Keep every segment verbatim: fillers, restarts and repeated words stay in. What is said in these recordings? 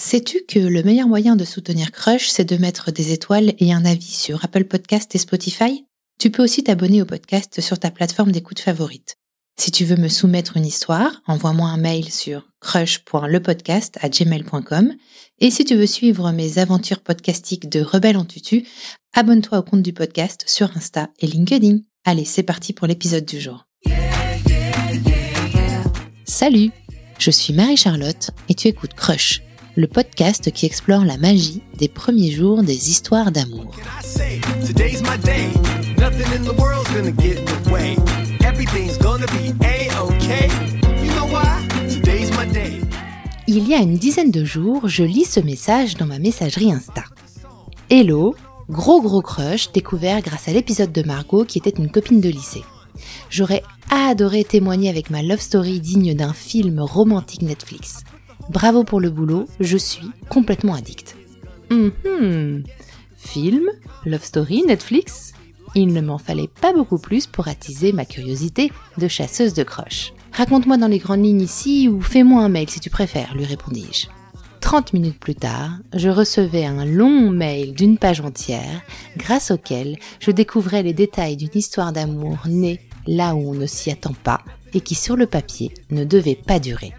Sais-tu que le meilleur moyen de soutenir Crush, c'est de mettre des étoiles et un avis sur Apple Podcast et Spotify? Tu peux aussi t'abonner au podcast sur ta plateforme d'écoute favorite. Si tu veux me soumettre une histoire, envoie-moi un mail sur crush point le podcast arobase gmail point com. Et si tu veux suivre mes aventures podcastiques de Rebelle en tutu, abonne-toi au compte du podcast sur Insta et LinkedIn. Allez, c'est parti pour l'épisode du jour. Salut, je suis Marie-Charlotte et tu écoutes Crush, le podcast qui explore la magie des premiers jours des histoires d'amour. Il y a une dizaine de jours, je lis ce message dans ma messagerie Insta. Hello, gros gros crush découvert grâce à l'épisode de Margot qui était une copine de lycée. J'aurais adoré témoigner avec ma love story digne d'un film romantique Netflix. Bravo pour le boulot, je suis complètement addict. Mm-hmm. Film, love story, Netflix? Il ne m'en fallait pas beaucoup plus pour attiser ma curiosité de chasseuse de crush. Raconte-moi dans les grandes lignes ici ou fais-moi un mail si tu préfères, lui répondis-je. Trente minutes plus tard, je recevais un long mail d'une page entière, grâce auquel je découvrais les détails d'une histoire d'amour née là où on ne s'y attend pas et qui sur le papier ne devait pas durer.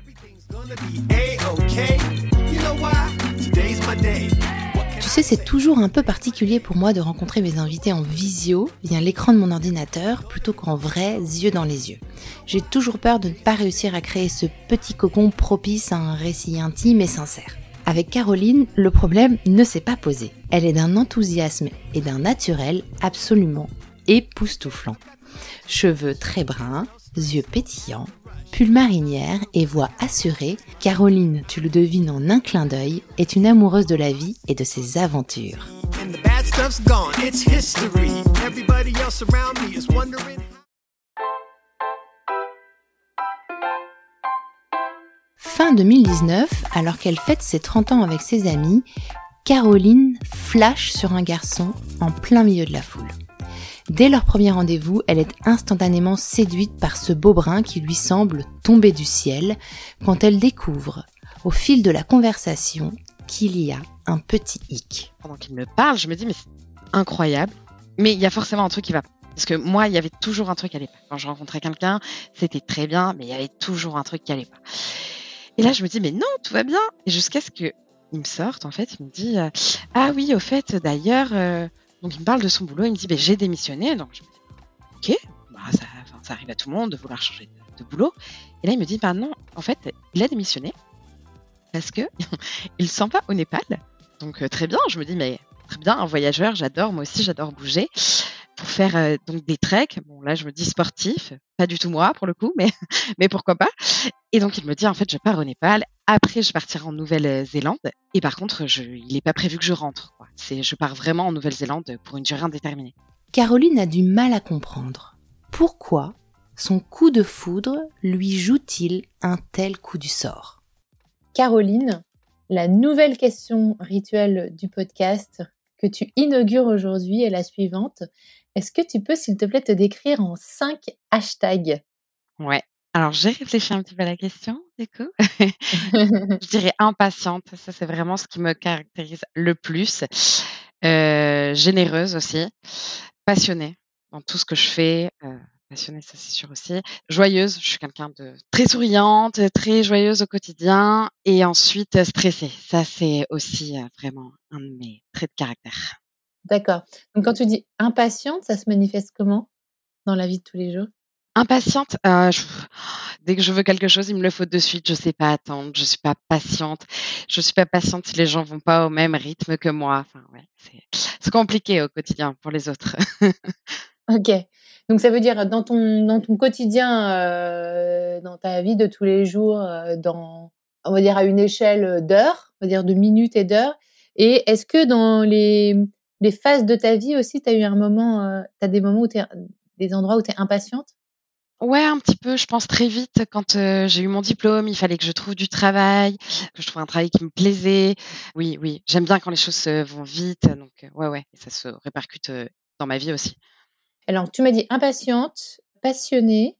Tu sais, c'est toujours un peu particulier pour moi de rencontrer mes invités en visio via l'écran de mon ordinateur plutôt qu'en vrai, yeux dans les yeux. J'ai toujours peur de ne pas réussir à créer ce petit cocon propice à un récit intime et sincère. Avec Caroline, le problème ne s'est pas posé. Elle est d'un enthousiasme et d'un naturel absolument époustouflant. Cheveux très bruns, yeux pétillants, pull marinière et voix assurée, Caroline, tu le devines en un clin d'œil, est une amoureuse de la vie et de ses aventures. Fin deux mille dix-neuf, alors qu'elle fête ses trente ans avec ses amis, Caroline flash sur un garçon en plein milieu de la foule. Dès leur premier rendez-vous, elle est instantanément séduite par ce beau brun qui lui semble tomber du ciel quand elle découvre, au fil de la conversation, qu'il y a un petit hic. Pendant qu'il me parle, je me dis mais c'est incroyable, mais il y a forcément un truc qui va pas. Parce que moi, il y avait toujours un truc qui allait pas. Quand je rencontrais quelqu'un, c'était très bien, mais il y avait toujours un truc qui allait pas. Et là, je me dis mais non, tout va bien. Et jusqu'à ce qu'il me sorte, en fait, il me dit euh, ah oui, au fait, d'ailleurs... Euh, Donc, il me parle de son boulot, il me dit bah, « j'ai démissionné ». Donc, je me dis « Ok, bah, ça, ça arrive à tout le monde de vouloir changer de, de boulot ». Et là, il me dit bah, « Non, en fait, il a démissionné parce qu'il ne se sent pas au Népal. » Donc, euh, très bien, je me dis « Mais très bien, un voyageur, j'adore, moi aussi, j'adore bouger. » Pour faire euh, donc des treks, bon là, je me dis sportif, pas du tout moi pour le coup, mais, mais pourquoi pas. Et donc, il me dit « En fait, je pars au Népal. » Après, je partirai en Nouvelle-Zélande. Et par contre, je, il n'est pas prévu que je rentre. Quoi. C'est, je pars vraiment en Nouvelle-Zélande pour une durée indéterminée. Caroline a du mal à comprendre. Pourquoi son coup de foudre lui joue-t-il un tel coup du sort? Caroline, la nouvelle question rituelle du podcast que tu inaugures aujourd'hui est la suivante. Est-ce que tu peux, s'il te plaît, te décrire en cinq hashtags? Ouais. Alors, j'ai réfléchi un petit peu à la question, du coup. Je dirais impatiente. Ça, c'est vraiment ce qui me caractérise le plus. Euh, généreuse aussi. Passionnée dans tout ce que je fais. Euh, passionnée, ça, c'est sûr aussi. Joyeuse. Je suis quelqu'un de très souriante, très joyeuse au quotidien. Et ensuite, euh, stressée. Ça, c'est aussi euh, vraiment un de mes traits de caractère. D'accord. Donc, quand tu dis impatiente, ça se manifeste comment dans la vie de tous les jours? Impatiente, euh, je- dès que je veux quelque chose, il me le faut de suite. Je sais pas attendre. Je suis pas patiente. Je suis pas patiente si les gens vont pas au même rythme que moi. Enfin, ouais, c'est, c'est compliqué au quotidien pour les autres. OK. Donc ça veut dire dans ton dans ton quotidien, heu, dans ta vie de tous les jours, heu, dans on va dire à une échelle, d'heures, on va dire de minutes et d'heures. Et est-ce que dans les les phases de ta vie aussi, tu as eu un moment, heu, tu as des moments où tu es des endroits où tu es impatiente? Ouais, un petit peu. Je pense très vite quand euh, j'ai eu mon diplôme, il fallait que je trouve du travail, que je trouve un travail qui me plaisait. Oui, oui, j'aime bien quand les choses euh, vont vite. Donc, euh, ouais, ouais, et ça se répercute euh, dans ma vie aussi. Alors tu m'as dit impatiente, passionnée,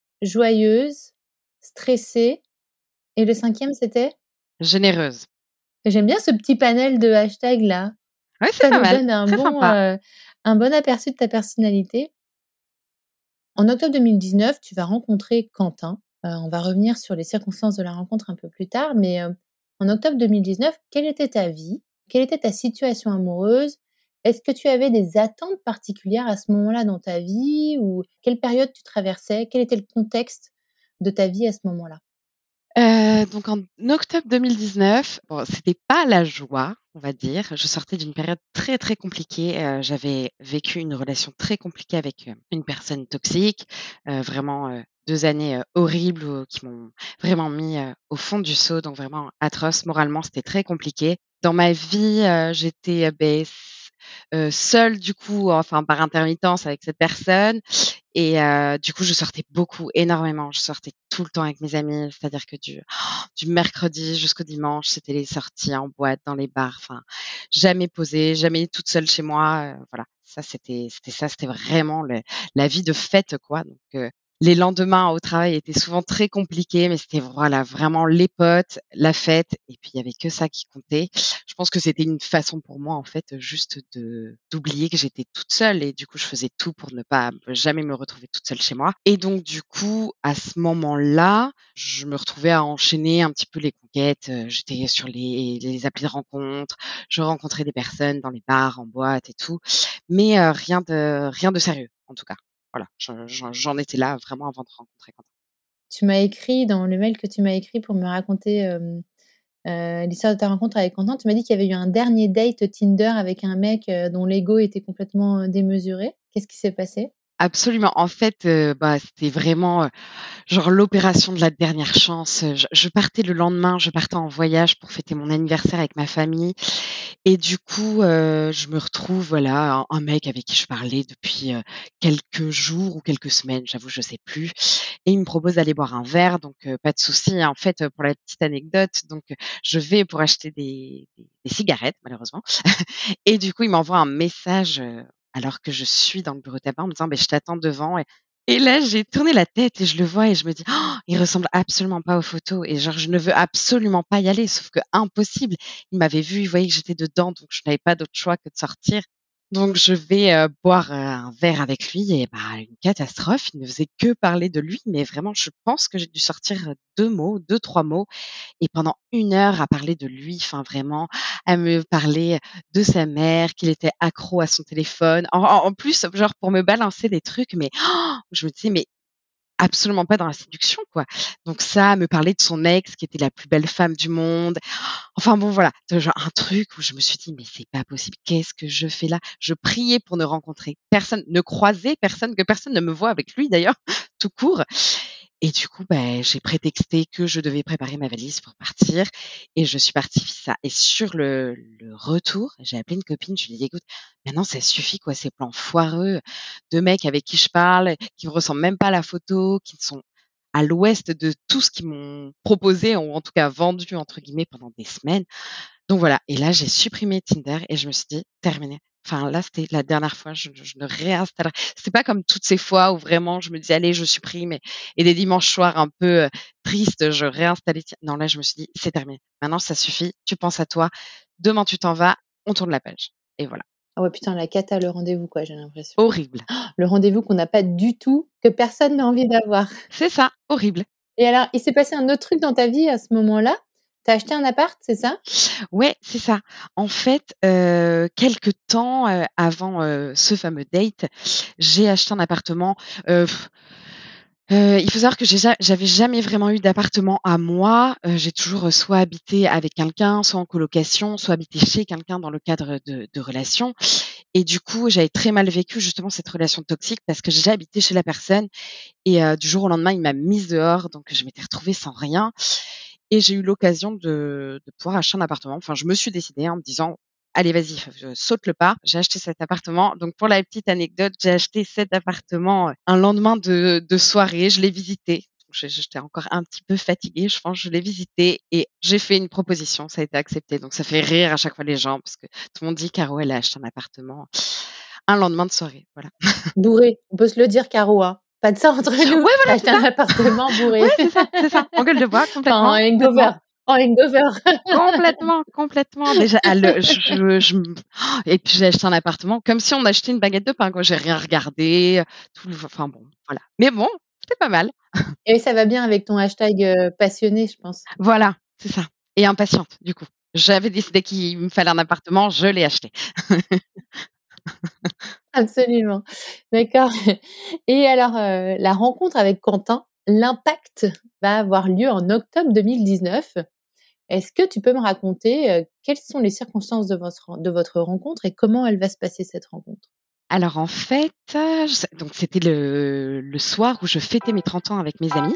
joyeuse, stressée et le cinquième c'était? Généreuse. J'aime bien ce petit panel de hashtags là. Ouais, c'est Ça pas nous mal, donne un très bon, sympa. heu, un bon aperçu de ta personnalité. En octobre deux mille dix-neuf, tu vas rencontrer Quentin. Heu, on va revenir sur les circonstances de la rencontre un peu plus tard, mais, heu, en octobre deux mille dix-neuf, quelle était ta vie? Quelle était ta situation amoureuse? Est-ce que tu avais des attentes particulières à ce moment-là dans ta vie? Ou quelle période tu traversais? Quel était le contexte de ta vie à ce moment-là? Heu, donc en octobre deux mille dix-neuf, bon, c'était pas la joie, on va dire. Je sortais d'une période très, très compliquée. Heu, j'avais vécu une relation très compliquée avec, heu, une personne toxique. Heu, vraiment, heu, deux années, heu, horribles où qui m'ont vraiment mis, heu, au fond du seau, donc vraiment atroce. Moralement, c'était très compliqué. Dans ma vie, heu, j'étais, heu, beh, s heu, seule du coup, enfin par intermittence avec cette personne et heu, du coup, je sortais beaucoup, énormément. Je sortais tout le temps avec mes amis, c'est-à-dire que du du mercredi jusqu'au dimanche, c'était les sorties en boîte, dans les bars, enfin, jamais posée, jamais toute seule chez moi, heu, voilà. Ça, c'était c'était ça, c'était vraiment le la vie de fête, quoi, donc heu, les lendemains au travail étaient souvent très compliqués, mais c'était voilà, vraiment les potes, la fête et puis il y avait que ça qui comptait. Je pense que c'était une façon pour moi, en fait, juste de d'oublier que j'étais toute seule et du coup, je faisais tout pour ne pas jamais me retrouver toute seule chez moi et donc du coup, à ce moment-là, je me retrouvais à enchaîner un petit peu les conquêtes, heu, j'étais sur les les applis de rencontres, je rencontrais des personnes dans les bars, en boîte et tout, mais heu, rien de rien de sérieux, en tout cas. Voilà, je j'en j'en étais là vraiment avant de rencontrer Quentin. Tu m'as écrit dans le mail que tu m'as écrit pour me raconter, hem, heu, l'histoire de ta rencontre avec Quentin, tu m'as dit qu'il y avait eu un dernier date Tinder avec un mec, heu, dont l'ego était complètement, heu, démesuré. Qu'est-ce qui s'est passé? Absolument. En fait, heu, bah, c'était vraiment, heu, genre l'opération de la dernière chance. Heu, je je partais le lendemain, je partais en voyage pour fêter mon anniversaire avec ma famille et du coup, heu, je me retrouve, voilà, un un mec avec qui je parlais depuis, heu, quelques jours ou quelques semaines, j'avoue, je sais plus et il me propose d'aller boire un verre donc heu, pas de souci. En fait, heu, pour la petite anecdote, donc heu, je vais pour acheter des des des cigarettes malheureusement et du coup, il m'envoie un message, heu, alors que je suis dans le bureau de tabac en me disant: «Beh, je t'attends devant» et et là, j'ai tourné la tête et je le vois et je me dis: «Oh, il ressemble absolument pas aux photos» et genre je ne veux absolument pas y aller, sauf que impossible. Il m'avait vu, il voyait que j'étais dedans, donc je n'avais pas d'autre choix que de sortir. Donc je vais, heu, boire, heu, un verre avec lui et bah, une catastrophe. Il ne faisait que parler de lui, mais vraiment, je pense que j'ai dû sortir, heu, deux mots, deux trois mots et pendant une heure à parler de lui, enfin vraiment, à me parler de sa mère, qu'il était accro à son téléphone. En en en plus, genre pour me balancer des trucs, mais je me disais: «Mais absolument pas dans la séduction, quoi». Donc ça, me parler de son ex qui était la plus belle femme du monde. Enfin bon, voilà, tu genre un truc où je me suis dit: «Mais c'est pas possible, qu'est-ce que je fais là?» Je priais pour ne rencontrer personne, ne croiser personne, que personne ne me voie avec lui d'ailleurs, tout court et du coup, bah, j'ai prétexté que je devais préparer ma valise pour partir et je suis partie ça et sur le le retour, j'ai appelé une copine, je lui ai dit: «Écoute, maintenant ça suffit quoi, ces plans foireux de mecs avec qui je parle, qui me ressemblent même pas à la photo, qui sont à l'ouest de tout ce qu'ils m'ont proposé ou en tout cas «vendu» entre guillemets pendant des semaines». Donc voilà et là, j'ai supprimé Tinder et je me suis dit: «Terminé». Enfin là, c'était la dernière fois, je je ne réinstallerai c'est pas comme toutes ces fois où vraiment je me dis: «Allez, je supprime» et et des dimanches soirs un peu, heu, tristes, je réinstallais Tin non, là, je me suis dit: «C'est terminé. Maintenant, ça suffit. Tu penses à toi. Demain, tu t'en vas. On tourne la page» et voilà. Ah ouais, putain, la cata, le rendez-vous, quoi, j'ai l'impression. Horrible. Le rendez-vous qu'on n'a pas du tout, que personne n'a envie d'avoir. C'est ça, horrible. Et alors, il s'est passé un autre truc dans ta vie à ce moment-là? Tu as acheté un appart, c'est ça? Ouais, c'est ça. En fait, heu, quelque temps, heu, avant, heu, ce fameux date, j'ai acheté un appartement, heu Heu, il faut savoir que j'ai ja j'avais jamais vraiment eu d'appartement à moi. Heu, j'ai toujours, heu, soit habité avec quelqu'un, soit en colocation, soit habité chez quelqu'un dans le cadre de de relations et du coup, j'avais très mal vécu justement cette relation toxique parce que j'ai habité chez la personne et heu, du jour au lendemain, il m'a mise dehors donc je m'étais retrouvée sans rien et j'ai eu l'occasion de de pouvoir acheter un appartement. Enfin, je me suis décidée en me disant: «Allez vas-y, f je saute le pas». J'ai acheté cet appartement. Donc pour la petite anecdote, j'ai acheté cet appartement, heu, un lendemain de de soirée. Je l'ai visité. J'ai j'étais encore un petit peu fatiguée, je pense. Je l'ai visité et j'ai fait une proposition. Ça a été accepté. Donc ça fait rire à chaque fois les gens parce que tout le monde dit: «Caro, elle a acheté un appartement un lendemain de soirée». Voilà. Bourré, on peut se le dire, Caro, hein. Pas de ça entre Ouais, nous. Tu voilà, as c'est acheté ça. un appartement Ouais, bourré. c'est ça, c'est ça. En gueule de bois, Enfin, en complètement, hangover. complètement. en hangover. Complètement, complètement. Déjà, à le je je je m et puis j'ai acheté un appartement comme si on achetait une baguette de pain, quoi. J'ai rien regardé, tout enfin bon, voilà. Mais bon, c'était pas mal. Et ça va bien avec ton hashtag, heu, passionné, je pense. Voilà, c'est ça et impatiente, du coup. J'avais décidé qu'il me fallait un appartement, je l'ai acheté. Absolument. D'accord et alors, heu, la rencontre avec Quentin, l'impact va avoir lieu en octobre deux mille dix-neuf. Est-ce que tu peux me raconter, heu, quelles sont les circonstances de votre de votre rencontre et comment elle va se passer cette rencontre? Alors en fait, heu, je sais donc c'était le le soir où je fêtais mes trente ans avec mes amis.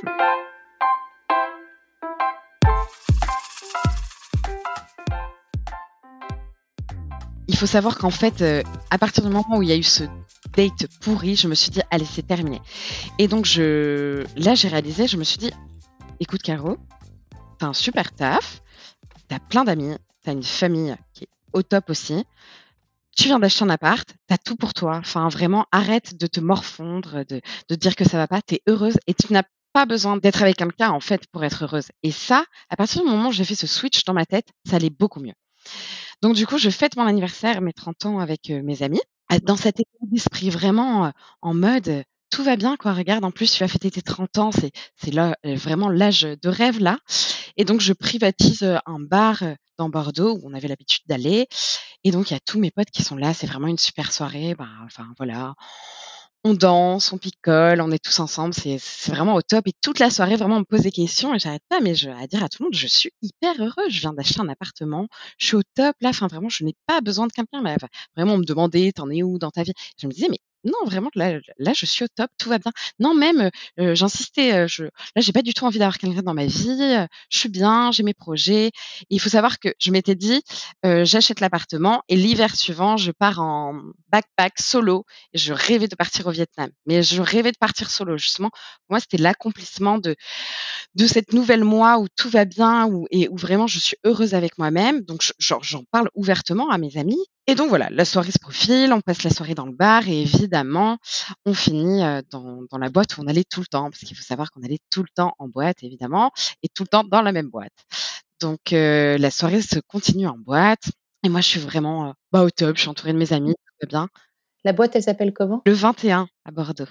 Il faut savoir qu'en fait, heu, à partir du moment où il y a eu ce date pourri, je me suis dit: «Allez, c'est terminé» et donc je là, j'ai réalisé, je me suis dit: «Écoute Caro, tu as un super taf, tu as plein d'amis, tu as une famille qui est au top aussi. Tu viens d'acheter un appart, tu as tout pour toi. Enfin vraiment, arrête de te morfondre, de de dire que ça va pas. Tu es heureuse et tu n'as pas besoin d'être avec quelqu'un, en fait, pour être heureuse» et ça, à partir du moment où j'ai fait ce switch dans ma tête, ça allait beaucoup mieux. Donc du coup, je fête mon anniversaire, mes trente ans avec, heu, mes amis, heu, dans cet état d'esprit vraiment, heu, en mode, heu: «Tout va bien quoi, regarde en plus tu vas fêter tes trente ans, c'est c'est là, heu, vraiment l'âge de rêve là» et donc je privatise, heu, un bar, heu, dans Bordeaux où on avait l'habitude d'aller et donc il y a tous mes potes qui sont là, c'est vraiment une super soirée, bah, enfin voilà. On danse, on picole, on est tous ensemble, c'est c'est vraiment au top et toute la soirée vraiment on me pose des questions et j'arrête pas mais je à dire à tout le monde: «Je suis hyper heureuse, je viens d'acheter un appartement, je suis au top là, enfin vraiment je n'ai pas besoin de quelqu'un». Mais enfin, vraiment on me demandait: «Tu en es où dans ta vie?» Je me disais: «Mais non vraiment là là je suis au top, tout va bien». Non même, heu heu, j'insistais, heu, je là j'ai pas du tout envie d'avoir quelqu'un dans ma vie, heu, je suis bien, j'ai mes projets. Et il faut savoir que je m'étais dit, heu: «J'achète l'appartement et l'hiver suivant je pars en backpack solo» et je rêvais de partir au Vietnam. Mais je rêvais de partir solo justement. Pour moi, c'était l'accomplissement de de cette nouvelle moi où tout va bien, où et où vraiment je suis heureuse avec moi-même. Donc je genre j'en parle ouvertement à mes amis et donc voilà, la soirée se profile, on passe la soirée dans le bar et évidemment, on finit, heu, dans dans la boîte où on allait tout le temps. Parce qu'il faut savoir qu'on allait tout le temps en boîte évidemment et tout le temps dans la même boîte. Donc heu, la soirée se continue en boîte et moi je suis vraiment, heu, bah, au top, je suis entourée de mes amis, tout va bien. La boîte, elle s'appelle comment? Le vingt et un à Bordeaux.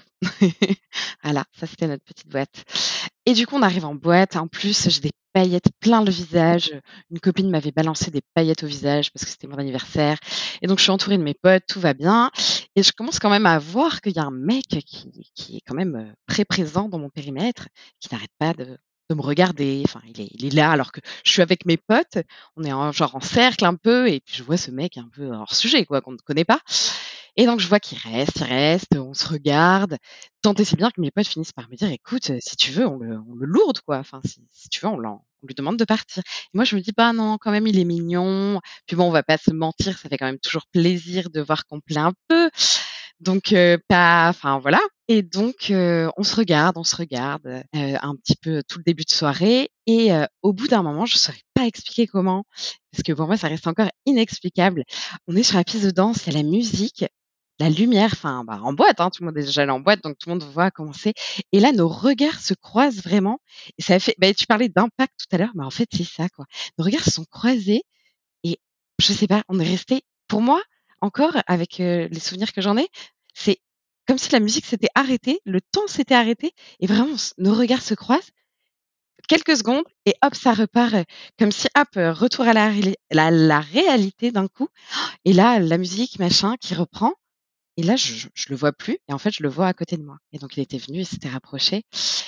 Voilà, ça c'était notre petite boîte et du coup, on arrive en boîte. En plus, j'ai des paillettes plein le visage. Une copine m'avait balancé des paillettes au visage parce que c'était mon anniversaire et donc je suis entourée de mes potes, tout va bien et je commence quand même à voir qu'il y a un mec qui qui est quand même, heu, très présent dans mon périmètre, qui n'arrête pas de de me regarder. Enfin, il est il est là alors que je suis avec mes potes. On est en genre en cercle un peu et puis je vois ce mec un peu hors sujet quoi, qu'on ne connaît pas et donc je vois qu'il reste, il reste, on se regarde. Tant et si bien que mes potes finissent par me dire: «Écoute, heu, si tu veux, on le on le lourde quoi, enfin si si tu veux, on l'en on lui demande de partir». Et moi je me dis: «Bah non, quand même il est mignon». Puis bon, on va pas se mentir, ça fait quand même toujours plaisir de voir qu'on plaît un peu. Donc heu, pas enfin voilà et donc heu, on se regarde, on se regarde, heu un petit peu tout le début de soirée et heu, au bout d'un moment, je saurais pas expliquer comment, parce que pour moi ça reste encore inexplicable. On est sur la piste de danse, il y a la musique, la lumière, enfin, bah, en boîte, hein, tout le monde est déjà allé en boîte, donc tout le monde voit comment c'est et là, nos regards se croisent vraiment et ça fait beh, tu parlais d'impact tout à l'heure, mais en fait, c'est ça, quoi. Nos regards se sont croisés et je sais pas, on est restés pour moi, encore avec, heu, les souvenirs que j'en ai, c'est comme si la musique s'était arrêtée, le temps s'était arrêté et vraiment on s nos regards se croisent quelques secondes et hop, ça repart, heu, comme si hop, heu, retour à la réli la la réalité d'un coup et là, la musique machin qui reprend et là, je je je le vois plus et en fait, je le vois à côté de moi et donc il était venu, il s'était rapproché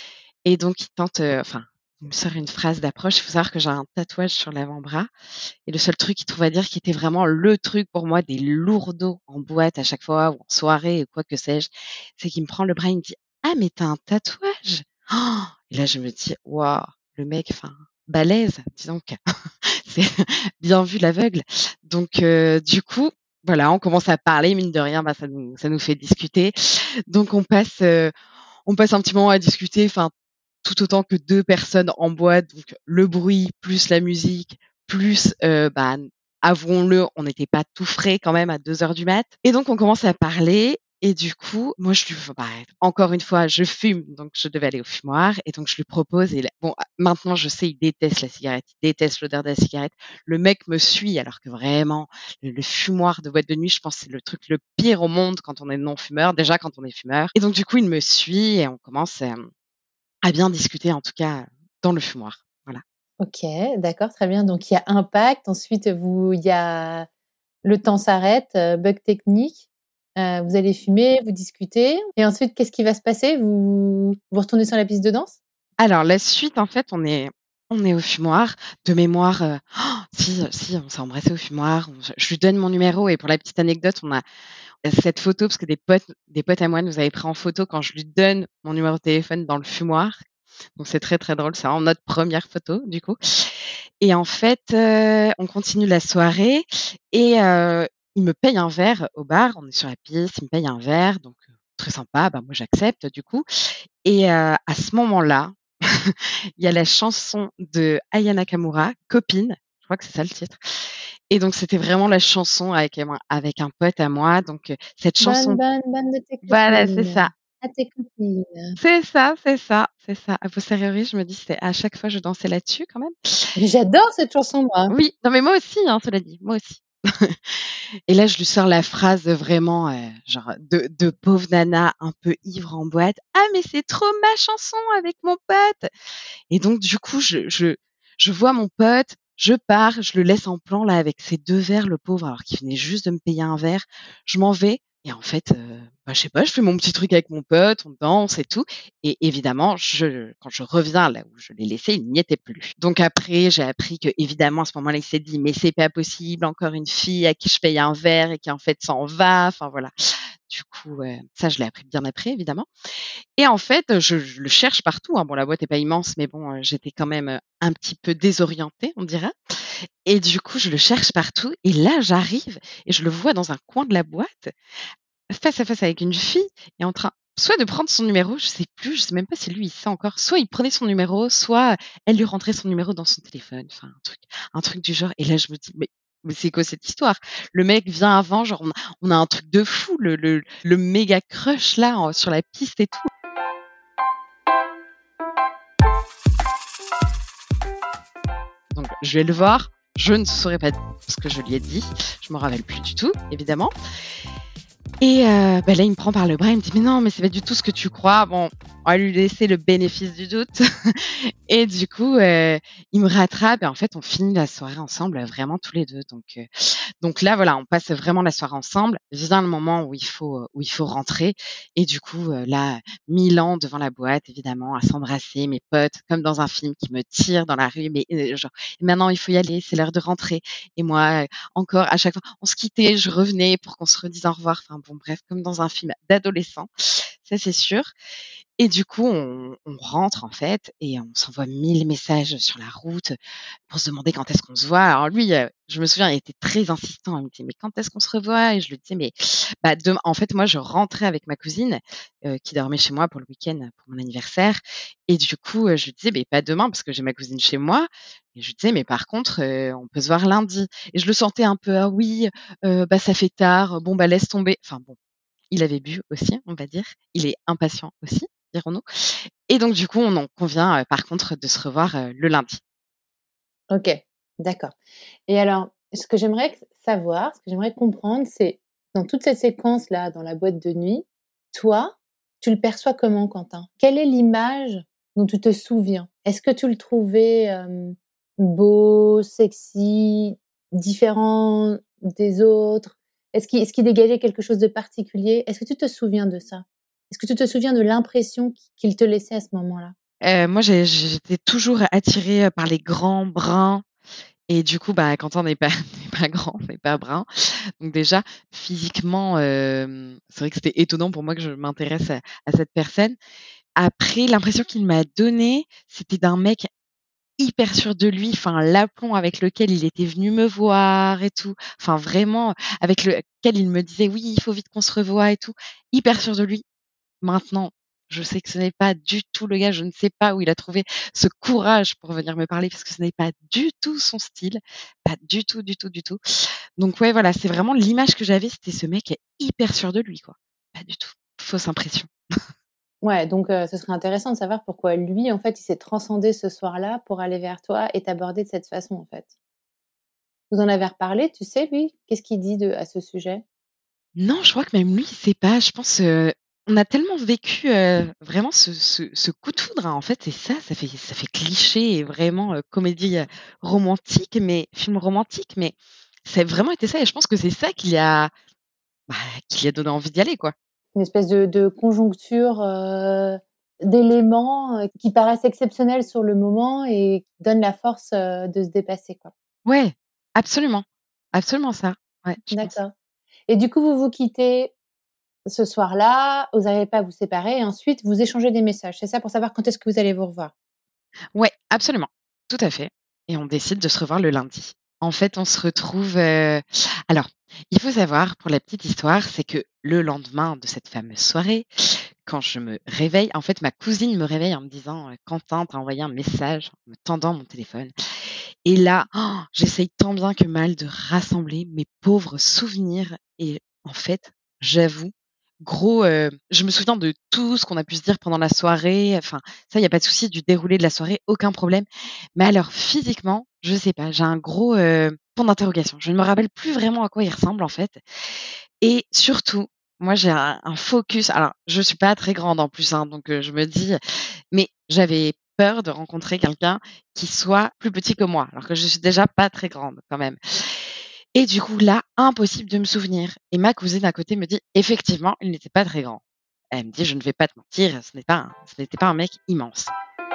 et donc il tente, heu, enfin, il me sort une phrase d'approche. Il faut savoir que j'ai un tatouage sur l'avant-bras et le seul truc qu'il trouve à dire qui était vraiment le truc pour moi des lourdeaux en boîte à chaque fois ou en soirée ou quoi que sais-je, c'est qu'il me prend le bras, il me dit: «Ah mais tu as un tatouage?» et là je me dis: «Waouh, le mec, enfin, balèze, dis donc». C'est bien vu l'aveugle. Donc heu, du coup, voilà, on commence à parler, mine de rien, bah, ça nous ça nous fait discuter. Donc on passe, heu, on passe un petit moment à discuter, enfin, tout autant que deux personnes en boîte, donc le bruit plus la musique plus, heu, bah, avouons-le, on n'était pas tout frais quand même à deux heures du mat et donc on commence à parler Et du coup, moi, je lui bah, encore une fois, je fume, donc je devais aller au fumoir et donc je lui propose et là bon, ah, maintenant je sais, il déteste la cigarette, il déteste l'odeur de la cigarette. Le mec me suit alors que vraiment le le fumoir de boîte de nuit, je pense, c'est le truc le pire au monde quand on est non-fumeur, déjà quand on est fumeur et donc du coup, il me suit et on commence, hem, à bien discuter en tout cas, dans le fumoir. Voilà. OK, d'accord, très bien. Donc il y a impact, ensuite vous il y a le temps s'arrête, heu, bug technique, heu, vous allez fumer, vous discutez et ensuite qu'est-ce qui va se passer? Vous vous retournez sur la piste de danse? Alors la suite, en fait, on est on est au fumoir. De mémoire, heu, si, heu, si, on s'est embrassés au fumoir. On je je lui donne mon numéro et pour la petite anecdote, on a cette photo parce que des potes des potes à moi nous avaient pris en photo quand je lui donne mon numéro de téléphone dans le fumoir. Donc c'est très, très drôle. C'est vraiment notre première photo, du coup et en fait, heu, on continue la soirée et heu, il me paye un verre au bar. On est sur la piste, il me paye un verre, donc heu, très sympa. Bah, moi, j'accepte, du coup et heu, à ce moment-là, il y a la chanson de Aya Nakamura, Copine, je crois que c'est ça le titre et donc c'était vraiment la chanson avec un avec un pote à moi donc heu, cette Bonne, chanson bonne, bonne de tes voilà, c'est ça. copines, à tes copines. C'est ça, c'est ça, c'est ça. A posteriori, je me dis: «C'est à chaque fois je dansais là-dessus quand même». Mais j'adore cette chanson moi. Oui, non mais moi aussi, hein, cela dit, moi aussi. Et là, je lui sors la phrase vraiment, heu, genre de de pauvre nana un peu ivre en boîte: «Ah mais c'est trop ma chanson avec mon pote» et donc du coup, je je je vois mon pote, je pars, je le laisse en plan là avec ses deux verres, le pauvre, alors qu'il venait juste de me payer un verre. Je m'en vais et en fait, heu, bah, je sais pas, je fais mon petit truc avec mon pote, on danse et tout et évidemment, je quand je reviens là où je l'ai laissé, il n'y était plus. Donc après, j'ai appris qu'évidemment, à ce moment-là, il s'est dit: «Mais c'est pas possible, encore une fille à qui je paye un verre et qui en fait s'en va». Enfin voilà. Du coup, heu, ça je l'ai appris bien après évidemment et en fait, je je le cherche partout, hein. Bon, la boîte est pas immense, mais bon, heu, j'étais quand même, heu, un petit peu désorientée, on dirait et du coup, je le cherche partout et là, j'arrive et je le vois dans un coin de la boîte, face à face avec une fille et en train soit de prendre son numéro, je sais plus, je sais même pas si lui, il sait encore, soit il prenait son numéro, soit elle lui rentrait son numéro dans son téléphone, enfin un truc un truc du genre et là, je me dis: «Mais mais c'est quoi cette histoire?» Le mec vient avant, genre on a on a un truc de fou, le le le méga crush là, en sur la piste et tout. Donc je vais le voir, je ne saurais pas ce que je lui ai dit, je m'en rappelle plus du tout, évidemment. Et heu, bah, là, il me prend par le bras, il me dit: «Mais non, mais c'est pas du tout ce que tu crois». Bon, on va lui laisser le bénéfice du doute et du coup, heu, il me rattrape et en fait, on finit la soirée ensemble, heu, vraiment tous les deux. Donc heu, donc là, voilà, on passe vraiment la soirée ensemble. Vient le moment où il faut, heu, où il faut rentrer et du coup, heu, là, mille ans devant la boîte, évidemment, à s'embrasser, mes potes, comme dans un film qui me tirent dans la rue, mais heu, genre: «Maintenant, il faut y aller, c'est l'heure de rentrer» et moi, encore à chaque fois, on se quittait, je revenais pour qu'on se redise au revoir. Enfin bon, bref, comme dans un film d'adolescent, ça c'est sûr. Et du coup, on on rentre en fait et on s'envoie mille messages sur la route pour se demander quand est-ce qu'on se voit. Alors lui, heu, je me souviens, il était très insistant. Il me disait: «Mais quand est-ce qu'on se revoit?» et je lui disais: «Mais bah, demain» en fait, moi, je rentrais avec ma cousine, heu, qui dormait chez moi pour le week-end, pour mon anniversaire et du coup, heu, je lui disais: «Mais pas demain parce que j'ai ma cousine chez moi» et je lui disais: «Mais par contre, heu, on peut se voir lundi» et je le sentais un peu: «Ah oui, heu, bah, ça fait tard, bon, bah, laisse tomber». Enfin bon, il avait bu aussi, on va dire. Il est impatient aussi, dirons-nous. Et donc du coup, on en convient, heu, par contre, de se revoir, heu, le lundi. OK, d'accord et alors, ce que j'aimerais q savoir, ce que j'aimerais comprendre, c'est dans toute cette séquence-là, dans la boîte de nuit, toi, tu le perçois comment Quentin? Quelle est l'image dont tu te souviens? Est-ce que tu le trouvais, hem, beau, sexy, différent des autres? Est-ce qu'il est-ce qu'il dégageait quelque chose de particulier? Est-ce que tu te souviens de ça? Est-ce que tu te souviens de l'impression qu qu'il te laissait à ce moment-là? Heu, moi, j'ai j'étais toujours attirée, heu, par les grands bruns et du coup, bah, Quentin n'est pas n'est pas grand, n'est pas brun. Donc déjà, physiquement, hem, c'est vrai que c'était étonnant pour moi que je m'intéresse à à cette personne. Après, l'impression qu'il m'a donnée, c'était d'un mec hyper sûr de lui, enfin l'aplomb avec lequel il était venu me voir et tout, enfin vraiment avec lequel il me disait: «Oui, il faut vite qu'on se revoie et tout», hyper sûr de lui. Maintenant, je sais que ce n'est pas du tout le gars, je ne sais pas où il a trouvé ce courage pour venir me parler parce que ce n'est pas du tout son style, pas du tout, du tout, du tout. Donc ouais, voilà, c'est vraiment l'image que j'avais, c'était ce mec hyper sûr de lui, quoi. Pas pas du tout. Fausse impression. Ouais, donc heu, ce serait intéressant de savoir pourquoi lui, en fait, il s'est transcendé ce soir-là pour aller vers toi et t'aborder de cette façon, en fait. Vous en avez reparlé, tu sais, lui? Qu'est-ce qu'il dit de à ce sujet? Non, je crois que même lui, il sait pas. Je pense, heu, on a tellement vécu, heu, vraiment ce ce ce coup de foudre, hein, en fait, c'est ça, ça fait ça fait cliché et vraiment, heu, comédie, heu, romantique, mais film romantique, mais ça a vraiment été ça et je pense que c'est ça qui lui a, bah, qui lui a donné envie d'y aller, quoi. Une espèce de de conjoncture, heu, d'éléments, heu, qui paraissent exceptionnels sur le moment et qui donnent la force, heu, de se dépasser, quoi. Ouais, absolument, absolument ça. Ouais, je pense. D'accord et du coup, vous vous quittez ce soir-là, vous n'arrivez pas à vous séparer et ensuite vous échangez des messages, c'est ça? Pour savoir quand est-ce que vous allez vous revoir? Ouais, absolument, tout à fait et on décide de se revoir le lundi. En fait, on se retrouve, heu alors, il faut savoir pour la petite histoire, c'est que le lendemain de cette fameuse soirée, quand je me réveille, en fait, ma cousine me réveille en me disant, heu: «Quentin t'a envoyé un message», en me tendant mon téléphone et là, oh, j'essaye tant bien que mal de rassembler mes pauvres souvenirs et en fait, j'avoue, gros, heu, je me souviens de tout ce qu'on a pu se dire pendant la soirée, enfin, ça, il y a pas de souci, du déroulé de la soirée, aucun problème. Mais alors physiquement, je sais pas, j'ai un gros, heu, point d'interrogation. Je ne me rappelle plus vraiment à quoi il ressemble, en fait et surtout, moi, j'ai un un focus alors, je suis pas très grande en plus, hein, donc heu, je me dis mais j'avais peur de rencontrer quelqu'un qui soit plus petit que moi, alors que je suis déjà pas très grande quand même et du coup là, impossible de me souvenir et ma cousine à côté me dit: «Effectivement, il n'était pas très grand». Elle me dit: «Je ne vais pas te mentir, ce n'est pas un ce n'était pas un mec immense».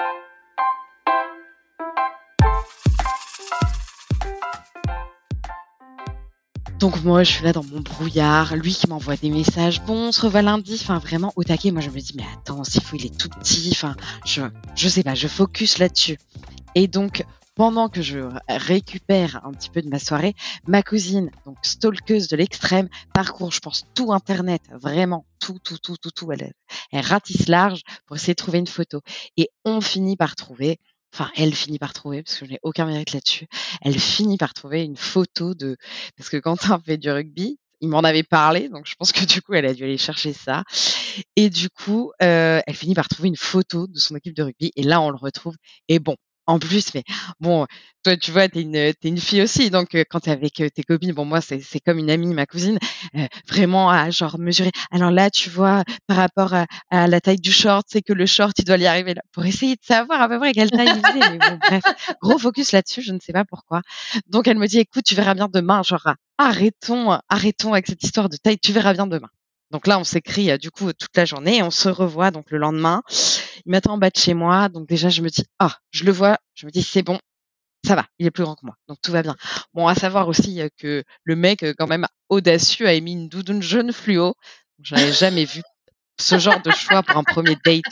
Donc moi, je suis là dans mon brouillard, lui qui m'envoie des messages: «Bon, on se revoit lundi», enfin vraiment au taquet. Moi, je me dis: «Mais attends, s'il faut, il est tout petit», enfin je je sais pas, je focus là-dessus. Et donc, pendant que je r récupère un petit peu de ma soirée, ma cousine, donc stalkeuse de l'extrême, parcourt, je pense, tout internet, vraiment tout, tout, tout, tout, tout. Elle, elle ratisse large pour essayer de trouver une photo. Et on finit par trouver, enfin, elle finit par trouver, parce que je n'ai aucun mérite là-dessus, elle finit par trouver une photo de, parce que Quentin fait du rugby, il m'en avait parlé, donc je pense que du coup, elle a dû aller chercher ça. Et du coup, heu, elle finit par trouver une photo de son équipe de rugby et là, on le retrouve et bon, en plus, mais bon, toi, tu vois, tu es une, heu, tu es une fille aussi donc heu, quand tu es avec, heu, tes copines, bon, moi, c'est c'est comme une amie, ma cousine, heu, vraiment à genre mesurer. Alors là, tu vois, par rapport à à la taille du short, c'est que le short, il doit lui arriver là, pour essayer de savoir à peu près quelle taille il faisait, mais bon, bref, gros focus là-dessus, je ne sais pas pourquoi. Donc elle me dit: «Écoute, tu verras bien demain, genre, arrêtons, arrêtons avec cette histoire de taille, tu verras bien demain». Donc là, on s'écrit, heu, du coup, toute la journée et on se revoit donc le lendemain. Il m'attend en bas de chez moi, donc déjà je me dis: «Ah!» je le vois, je me dis: «C'est bon, ça va, il est plus grand que moi, donc tout va bien». Bon, à savoir aussi, heu, que le mec, heu, quand même audacieux, a émis une doudoune jaune fluo. J'avais jamais vu ce genre de choix pour un premier date.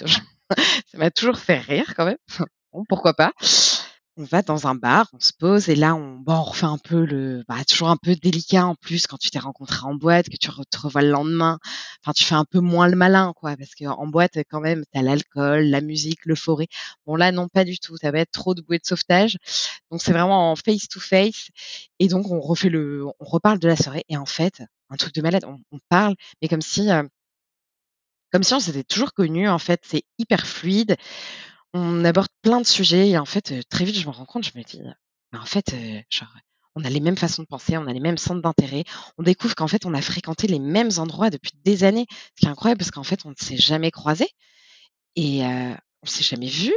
Ça m'a toujours fait rire quand même. Bon, pourquoi pas. On va dans un bar, on se pose et là on bon, on refait un peu le bah, toujours un peu délicat en plus quand tu t'es rencontré en boîte, que tu re te revois le lendemain. Enfin, tu fais un peu moins le malin, quoi, parce qu'en boîte, quand même, tu as l'alcool, la musique, l'euphorie. Bon là, non, pas du tout. Ça va être trop de bouée de sauvetage. Donc c'est vraiment en face to face et donc on refait le on reparle de la soirée et en fait, un truc de malade, on on parle, mais comme si, heu, comme si on s'était toujours connus, en fait. C'est hyper fluide. On aborde plein de sujets et en fait, heu, très vite, je me rends compte, je me dis, heu, mais en fait, heu, genre, on a les mêmes façons de penser, on a les mêmes centres d'intérêt. On découvre qu'en fait, on a fréquenté les mêmes endroits depuis des années. Ce qui est incroyable parce qu'en fait, on ne s'est jamais croisés et heu, on s'est jamais vus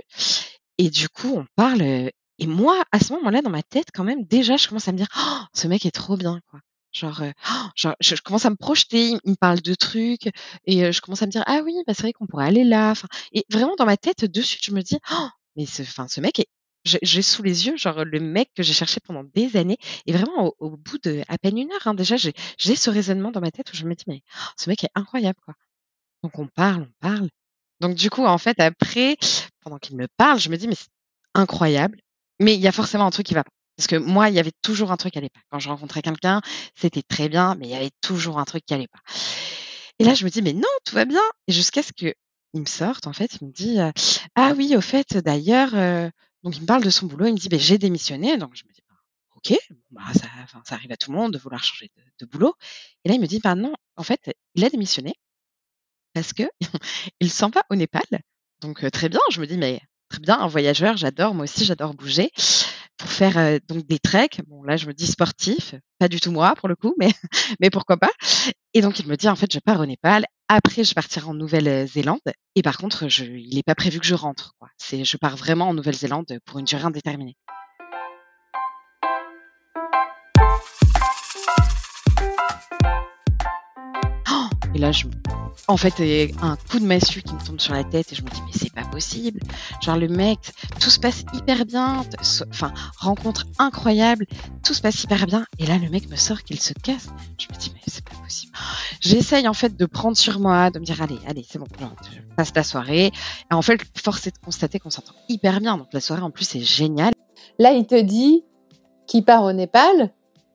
et du coup, on parle, heu et moi, à ce moment-là, dans ma tête, quand même, déjà, je commence à me dire: «Oh, ce mec est trop bien, quoi». Genre, heu, genre, je je commence à me projeter, il il me parle de trucs et heu, je commence à me dire: «Ah oui, bah, c'est vrai qu'on pourrait aller là». Enfin et vraiment dans ma tête, de suite, je me dis: «Oh, mais ce enfin, ce mec est» j'ai j'ai sous les yeux, genre, le mec que j'ai cherché pendant des années et vraiment au au bout de à peine une heure, hein, déjà, j'ai j'ai ce raisonnement dans ma tête où je me dis: «Mais oh, ce mec est incroyable, quoi». Donc on parle, on parle. Donc du coup, en fait, après, pendant qu'il me parle, je me dis: «Mais c'est incroyable, mais il y a forcément un truc qui va pas». Parce que moi, il y avait toujours un truc qui allait pas. Quand je rencontrais quelqu'un, c'était très bien, mais il y avait toujours un truc qui allait pas. Et là, je me dis: «Mais non, tout va bien» et jusqu'à ce qu'il me sorte, en fait, il me dit, heu: «Ah oui, au fait, d'ailleurs», heu, donc il me parle de son boulot, il me dit: «Beh, j'ai démissionné». Donc je me dis: «Bah, OK, bon, bah, ça enfin, ça arrive à tout le monde de vouloir changer de de boulot» et là, il me dit: «Bah non, en fait, il a démissionné parce que il s'en va au Népal. Donc heu, très bien, je me dis: «Mais très bien, un voyageur, j'adore, moi aussi j'adore bouger». Pour faire, heu, donc des treks. Bon là, je me dis sportif, pas du tout moi pour le coup, mais mais pourquoi pas? Et donc il me dit: «En fait, je pars au Népal, après je partirai en Nouvelle-Zélande et par contre, je il est pas prévu que je rentre, quoi. C'est je pars vraiment en Nouvelle-Zélande pour une durée indéterminée». Et là, je en fait, et un coup de massue qui me tombe sur la tête et je me dis: «Mais c'est pas possible». Genre le mec, tout se passe hyper bien, t se enfin, rencontre incroyable, tout se passe hyper bien et là, le mec me sort qu'il se casse. Je me dis: «Mais c'est pas possible». J'essaye en fait de prendre sur moi, de me dire: «Allez, allez, c'est bon, genre, tu passes ta soirée». Et en fait, force est de constater qu'on s'entend hyper bien, donc la soirée en plus est géniale. Là, il te dit qu'il part au Népal.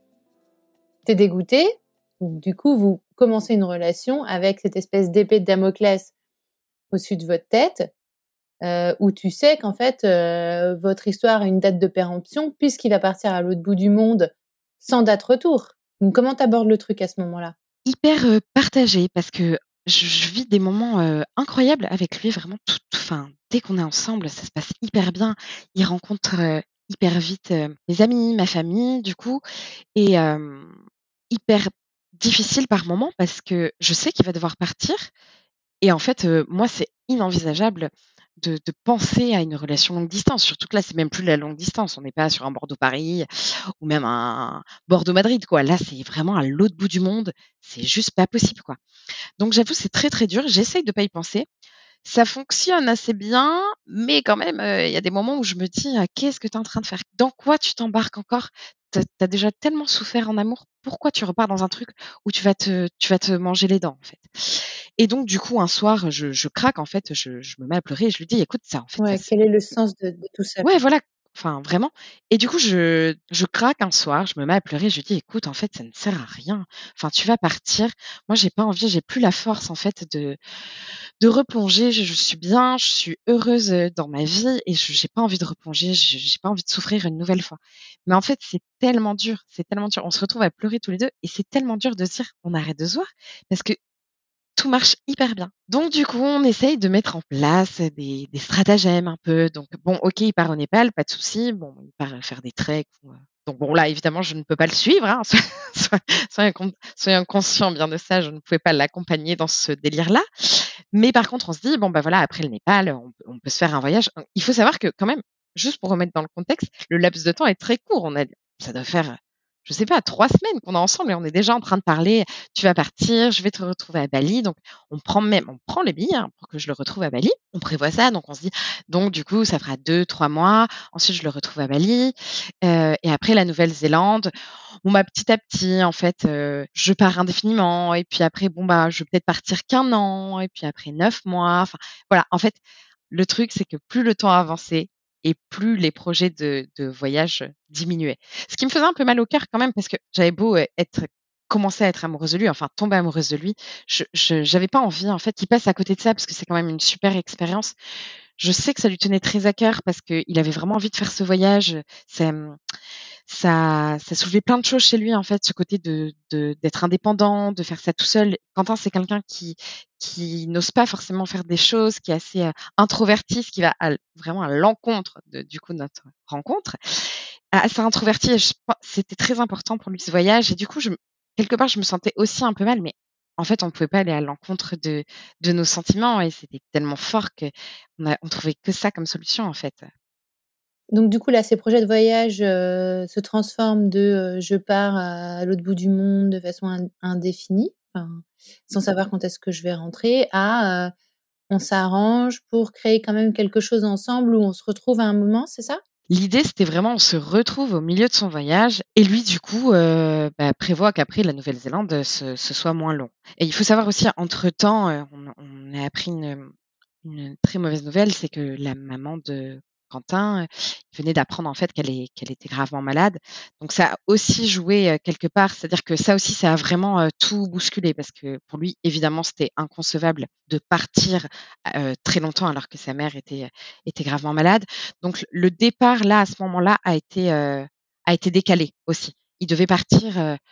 T'es dégoûté. Donc, du coup, vous commencez une relation avec cette espèce d'épée de Damoclès au-dessus de votre tête, euh, où tu sais qu'en fait, euh, votre histoire a une date de péremption puisqu'il va partir à l'autre bout du monde sans date retour. Donc, comment t'abordes le truc à ce moment-là? Hyper, heu, partagée parce que je je vis des moments, heu, incroyables avec lui, vraiment tout enfin, dès qu'on est ensemble, ça se passe hyper bien. Il rencontre, heu, hyper vite, heu, mes amis, ma famille du coup et hem, hyper difficile par moments parce que je sais qu'il va devoir partir et en fait, heu, moi, c'est inenvisageable de de penser à une relation longue distance. Surtout que là, c'est même plus la longue distance. On n'est pas sur un Bordeaux-Paris ou même un Bordeaux-Madrid, quoi. Là, c'est vraiment à l'autre bout du monde. C'est juste pas possible, quoi. Donc j'avoue, c'est très, très dur. J'essaye de pas y penser. Ça fonctionne assez bien, mais quand même, heu, il y a des moments où je me dis: «Heu, qu'est-ce que tu es en train de faire? Dans quoi tu t'embarques encore? Tu as déjà tellement souffert en amour, pourquoi tu repars dans un truc où tu vas te tu vas te manger les dents, en fait?» Et donc du coup, un soir, je je craque, en fait, je je me mets à pleurer et je lui dis: «Écoute, ça, en fait, ça Ouais, s». quel est le sens de, de tout ça, Ouais, quoi? voilà, enfin vraiment. Et du coup, je je craque un soir, je me mets à pleurer, je lui dis: «Écoute, en fait, ça ne sert à rien. Enfin, tu vas partir. Moi, j'ai pas envie, j'ai plus la force, en fait, de de replonger. Je je suis bien, je suis heureuse, heu, dans ma vie et je j'ai pas envie de replonger, je j'ai pas envie de souffrir une nouvelle fois». Mais en fait, c'est tellement dur, c'est tellement dur. On se retrouve à pleurer tous les deux et c'est tellement dur de se dire: «On arrête de se voir» parce que tout marche hyper bien. Donc du coup, on essaye de mettre en place des des stratagèmes un peu. Donc bon, OK, il part au Népal, pas de souci. Bon, il part, faire des treks ou, heu donc bon, là, évidemment, je ne peux pas le suivre, hein, sois sois soyons con soyons conscients bien de ça, je ne pouvais pas l'accompagner dans ce délire-là. Mais par contre, on se dit: «Bon, bah, voilà, après le Népal, on peut on peut se faire un voyage». Heu, il faut savoir que quand même, juste pour remettre dans le contexte, le laps de temps est très court. On a ça doit faire, je sais pas, trois semaines qu'on est ensemble et on est déjà en train de parler: «Tu vas partir, je vais te retrouver à Bali». Donc on prend même on prend les billets, hein, pour que je le retrouve à Bali. On prévoit ça, donc on se dit: «Donc du coup, ça fera deux trois mois, ensuite je le retrouve à Bali, heu et après la Nouvelle-Zélande». Bon, bah, petit à petit, en fait, heu, je pars indéfiniment et puis après, bon, bah, je vais peut-être partir qu'un an et puis après neuf mois. Enfin, voilà, en fait, le truc, c'est que plus le temps avançait et plus les projets de de voyage, heu, diminuaient. Ce qui me faisait un peu mal au cœur quand même parce que j'avais beau, heu, être commencer à être amoureuse de lui, enfin tomber amoureuse de lui, je je j'avais pas envie, en fait, qu'il passe à côté de ça parce que c'est quand même une super expérience. Je sais que ça lui tenait très à cœur parce qu'il avait vraiment envie de faire ce voyage, ça, mmh, ça ça soulevait plein de choses chez lui, en fait, ce côté de de d'être indépendant, de faire ça tout seul. Quentin, c'est quelqu'un qui qui n'ose pas forcément faire des choses, qui est assez, heu, introverti, ce qui va à l vraiment à l'encontre de, du coup, notre rencontre. Assez introverti et je pen c'était très important pour lui ce voyage et du coup, je me quelque part, je me sentais aussi un peu mal, mais en fait, on ne pouvait pas aller à l'encontre de de nos sentiments et c'était tellement fort qu'on a on trouvait que ça comme solution, en fait. Donc du coup, là, ces projets de voyage, heu, se transforment de, heu, je pars à l'autre bout du monde de façon in indéfinie, enfin, sans savoir quand est-ce que je vais rentrer, à, heu, on s'arrange pour créer quand même quelque chose ensemble où on se retrouve à un moment, c'est ça? L'idée, c'était vraiment on se retrouve au milieu de son voyage et lui, du coup, heu, bah, prévoit qu'après la Nouvelle-Zélande, heu, ce ce soit moins long et il faut savoir aussi entre-temps, heu, on on a appris une, une très mauvaise nouvelle, c'est que la maman de Quentin, heu, venait d'apprendre en fait qu'elle est qu'elle était gravement malade. Donc ça a aussi joué, heu, quelque part, c'est-à-dire que ça aussi, ça a vraiment, heu, tout bousculé parce que pour lui, évidemment, c'était inconcevable de partir, heu, très longtemps alors que sa mère était, était gravement malade. Donc le départ là, à ce moment-là, a été, heu, a été décalé aussi. Il devait partir, heu,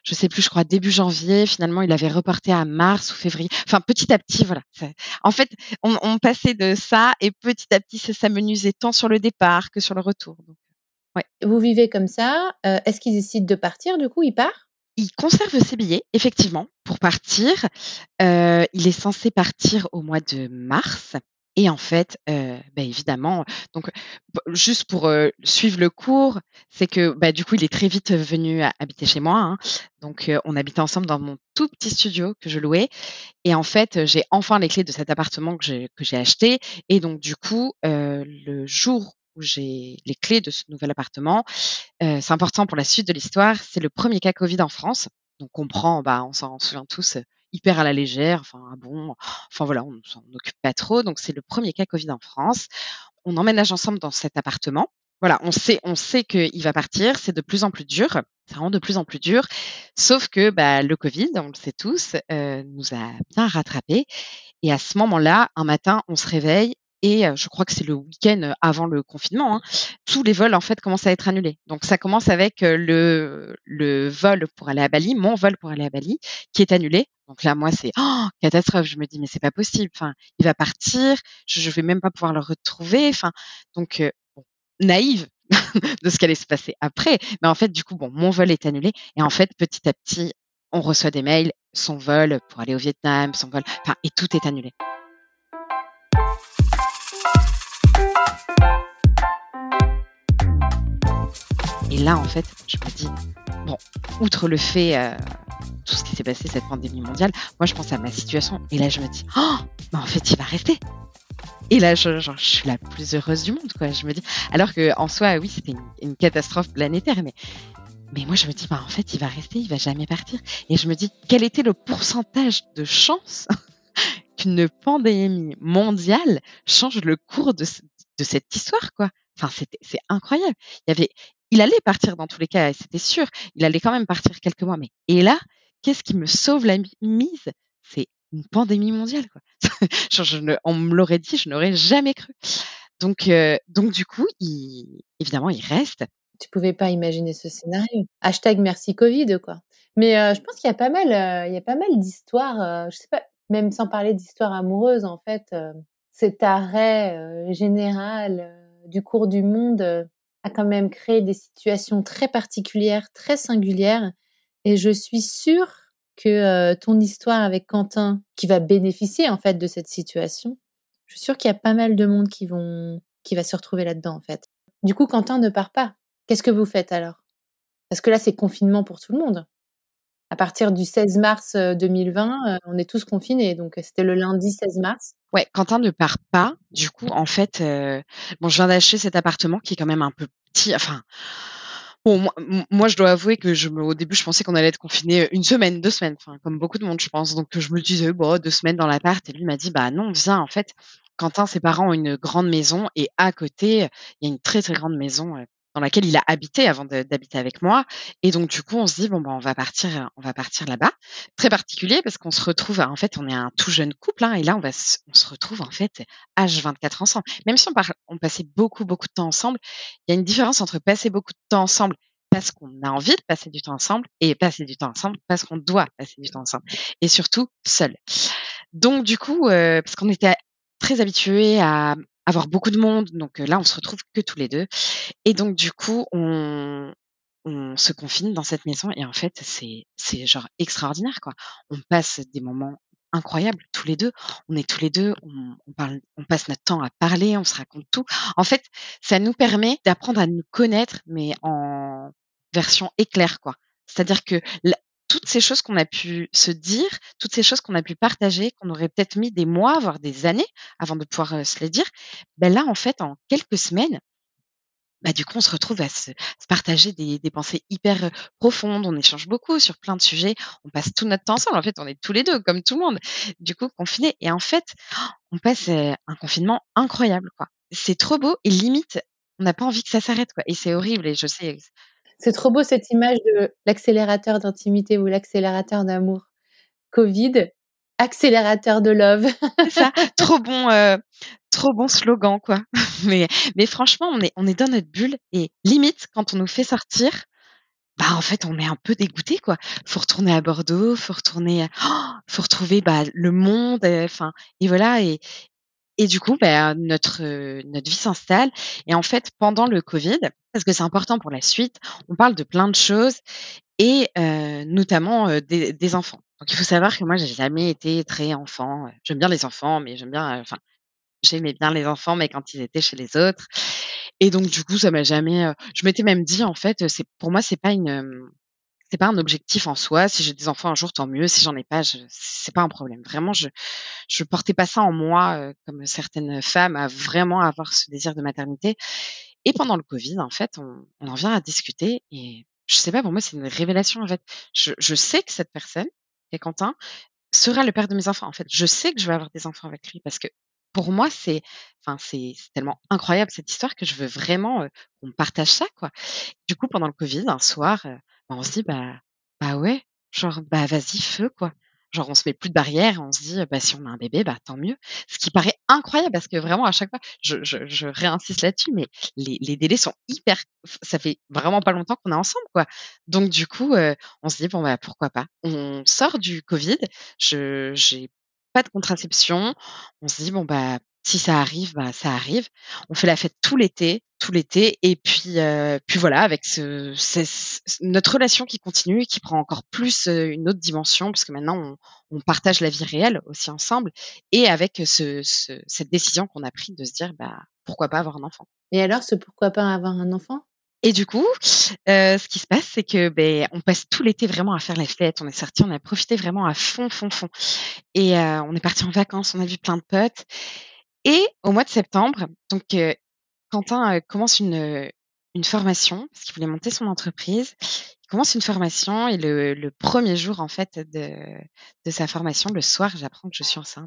je sais plus, je crois début janvier. Finalement, il avait reporté à mars ou février. Enfin, petit à petit, voilà. Ça- En fait, on, on passait de ça et petit à petit, ça s'amenuisait tant sur le départ que sur le retour. Donc, ouais. Vous vivez comme ça, heu, est-ce qu'il décide de partir du coup? Il part? Il conserve ses billets, effectivement, pour partir. Heu, il est censé partir au mois de mars et en fait, heu, bah, évidemment, donc b juste pour, heu, suivre le cours, c'est que, bah, du coup, il est très vite venu ha habiter chez moi, hein. Donc heu, on habitait ensemble dans mon tout petit studio que je louais et en fait, j'ai enfin les clés de cet appartement que j'ai que j'ai acheté et donc du coup, heu, le jour où j'ai les clés de ce nouvel appartement, Heu, c'est important pour la suite de l'histoire, c'est le premier cas Covid en France. Donc on prend, bah, on s'en souvient tous, heu, hyper à la légère, enfin, ah bon? Enfin voilà, on ne s'en occupe pas trop. Donc c'est le premier cas Covid en France. On emménage ensemble dans cet appartement. Voilà, on sait on sait qu'il va partir, c'est de plus en plus dur, ça rend de plus en plus dur. Sauf que, bah, le Covid, on le sait tous, heu, nous a bien rattrapés et à ce moment-là, un matin, on se réveille et heu, je crois que c'est le week-end, avant le confinement, hein, tous les vols, en fait, commencent à être annulés. Donc ça commence avec, heu, le le vol pour aller à Bali, mon vol pour aller à Bali, qui est annulé. Donc là, moi, c'est oh, catastrophe. Je me dis: «Mais c'est pas possible, enfin, il va partir, je je vais même pas pouvoir le retrouver». Enfin, donc heu, bon, naïve de ce qui allait se passer après. Mais en fait, du coup, bon, mon vol est annulé et en fait, petit à petit, on reçoit des mails, son vol pour aller au Vietnam, son vol, enfin, et tout est annulé. Et là, en fait, je me dis, bon, outre le fait, heu, tout ce qui s'est passé, cette pandémie mondiale, moi, je pense à ma situation et là, je me dis: «Oh, mais en fait, il va rester». Et là, je genre, je suis la plus heureuse du monde, quoi. Je me dis alors qu'en soi, oui, c'était une une catastrophe planétaire, mais mais moi, je me dis: «Bah, en fait, il va rester, il va jamais partir» et je me dis: «Quel était le pourcentage de chance qu'une pandémie mondiale change le cours de ce de cette histoire, quoi?» Enfin, c'était c'est incroyable. Il y avait il allait partir dans tous les cas et c'était sûr. Il allait quand même partir quelques mois, mais et là, qu'est-ce qui me sauve la mi mise? C'est une pandémie mondiale, quoi. Genre, je ne on me l'aurait dit, je n'aurais jamais cru. Donc heu, donc du coup, il évidemment, il reste. Tu pouvais pas imaginer ce scénario. Hashtag merci Covid, quoi. Mais, heu, je pense qu'il y a pas mal, heu, il y a pas mal d'histoires, heu, je sais pas, même sans parler d'histoires amoureuses, en fait, heu, cet arrêt, heu, général, heu, du cours du monde, heu, a quand même créé des situations très particulières, très singulières et je suis sûre que, heu, ton histoire avec Quentin, qui va bénéficier, en fait, de cette situation, je suis sûre qu'il y a pas mal de monde qui vont qui va se retrouver là-dedans, en fait. Du coup, Quentin ne part pas. Qu'est-ce que vous faites alors? Parce que là, c'est confinement pour tout le monde. À partir du seize mars, heu, deux mille vingt, heu, on est tous confinés, donc heu, c'était le lundi seize mars. Ouais, Quentin ne part pas. Du coup, en fait, heu, bon, je viens d'acheter cet appartement qui est quand même un peu petit, enfin, bon, moi m moi, je dois avouer que je me au début, je pensais qu'on allait être confinés, une semaine, deux semaines, enfin, comme beaucoup de monde, je pense. Donc, je me disais: «Bon, deux semaines dans l'appart» et lui m'a dit: «Bah non, viens, en fait». Quentin, ses parents ont une grande maison et à côté, il y a une très, très grande maison, heu, dans laquelle il a habité avant de d'habiter avec moi et donc du coup, on se dit: «Bon, bah, on va partir, heu, on va partir là-bas». Très particulier parce qu'on se retrouve, en fait, on est un tout jeune couple, hein et là, on va se on se retrouve, en fait, H vingt-quatre ensemble. Même si on par on passait beaucoup, beaucoup de temps ensemble, il y a une différence entre passer beaucoup de temps ensemble parce qu'on a envie de passer du temps ensemble et passer du temps ensemble parce qu'on doit passer du temps ensemble et surtout seul. Donc du coup, heu, parce qu'on était très habitués à avoir beaucoup de monde, donc heu, là, on se retrouve que tous les deux et donc du coup, on on se confine dans cette maison et en fait, c'est c'est genre extraordinaire, quoi. On passe des moments incroyables tous les deux. On est tous les deux, on on parle on passe notre temps à parler, on se raconte tout. En fait, ça nous permet d'apprendre à nous connaître, mais en version éclair, quoi. C'est-à-dire que la toutes ces choses qu'on a pu se dire, toutes ces choses qu'on a pu partager, qu'on aurait peut-être mis des mois, voire des années avant de pouvoir, heu, se les dire, ben là, en fait, en quelques semaines, bah, du coup, on se retrouve à se se partager des des pensées hyper, heu, profondes. On échange beaucoup sur plein de sujets. On passe tout notre temps ensemble. En fait, on est tous les deux comme tout le monde, du coup, confinés et en fait, on passe, heu, un confinement incroyable, quoi. C'est trop beau et limite, on n'a pas envie que ça s'arrête, quoi et c'est horrible et je sais C'est trop beau cette image de l'accélérateur d'intimité ou l'accélérateur d'amour. Covid, accélérateur de love. c'est ça, trop bon, heu, trop bon slogan, quoi. Mais mais franchement, on est on est dans notre bulle et limite, quand on nous fait sortir, bah, en fait, on est un peu dégoûtés, quoi. Faut retourner à Bordeaux, faut retourner, oh, faut retrouver, bah, le monde, enfin et voilà et et du coup, bah, notre, heu, notre vie s'installe et en fait, pendant le covid, parce que c'est important pour la suite, on parle de plein de choses et heu, notamment, heu, des des enfants. Donc il faut savoir que moi, j'ai jamais été très enfant, heu, j'aime bien les enfants, mais j'aime bien, heu, enfin, j'aimais bien les enfants, mais quand ils étaient chez les autres et donc du coup, ça m'a jamais, heu je m'étais même dit, en fait, c'est pour moi, c'est pas une, hem, c'est pas un objectif en soi. Si j'ai des enfants un jour, tant mieux. Si j'en ai pas, je c'est pas un problème. Vraiment, je je portais pas ça en moi, heu, comme certaines femmes, à vraiment avoir ce désir de maternité et pendant le covid, en fait, on on en vient à discuter et je sais pas, pour moi, c'est une révélation, en fait. Je je sais que cette personne, qui est Quentin, sera le père de mes enfants, en fait. Je sais que je vais avoir des enfants avec lui parce que pour moi, c'est enfin, c'est c'est tellement incroyable cette histoire que je veux vraiment, heu, qu'on partage ça, quoi. Du coup, pendant le covid, un soir, heu, bah, on se dit: «Bah bah, ouais, genre, bah, vas-y, feu, quoi». Genre, on se met plus de barrières, on se dit: «Bah, si on a un bébé, bah, tant mieux». Ce qui paraît incroyable parce que vraiment à chaque fois, je je je réinsiste là-dessus, mais les les délais sont hyper f ça fait vraiment pas longtemps qu'on est ensemble, quoi. Donc du coup, heu, on se dit: «Bon, bah, pourquoi pas?» On sort du covid, je j'ai pas de contraception. On se dit: «Bon, bah, si ça arrive, bah, ça arrive». On fait la fête tout l'été, tout l'été et puis, heu, puis voilà avec ce c'est c notre relation qui continue et qui prend encore plus, heu, une autre dimension parce que maintenant on on partage la vie réelle aussi ensemble et avec ce ce cette décision qu'on a prise de se dire: «Bah, pourquoi pas avoir un enfant?» Et alors, ce pourquoi pas avoir un enfant? Et du coup, heu, ce qui se passe, c'est que, beh, on passe tout l'été vraiment à faire la fête. On est sortis, on a profité vraiment à fond, fond, fond et heu, on est partis en vacances, on a vu plein de potes et au mois de septembre, donc heu, Quentin, heu, commence une, heu, une formation parce qu'il voulait monter son entreprise. Il commence une formation et le le premier jour, en fait, de de sa formation, le soir, j'apprends que je suis enceinte.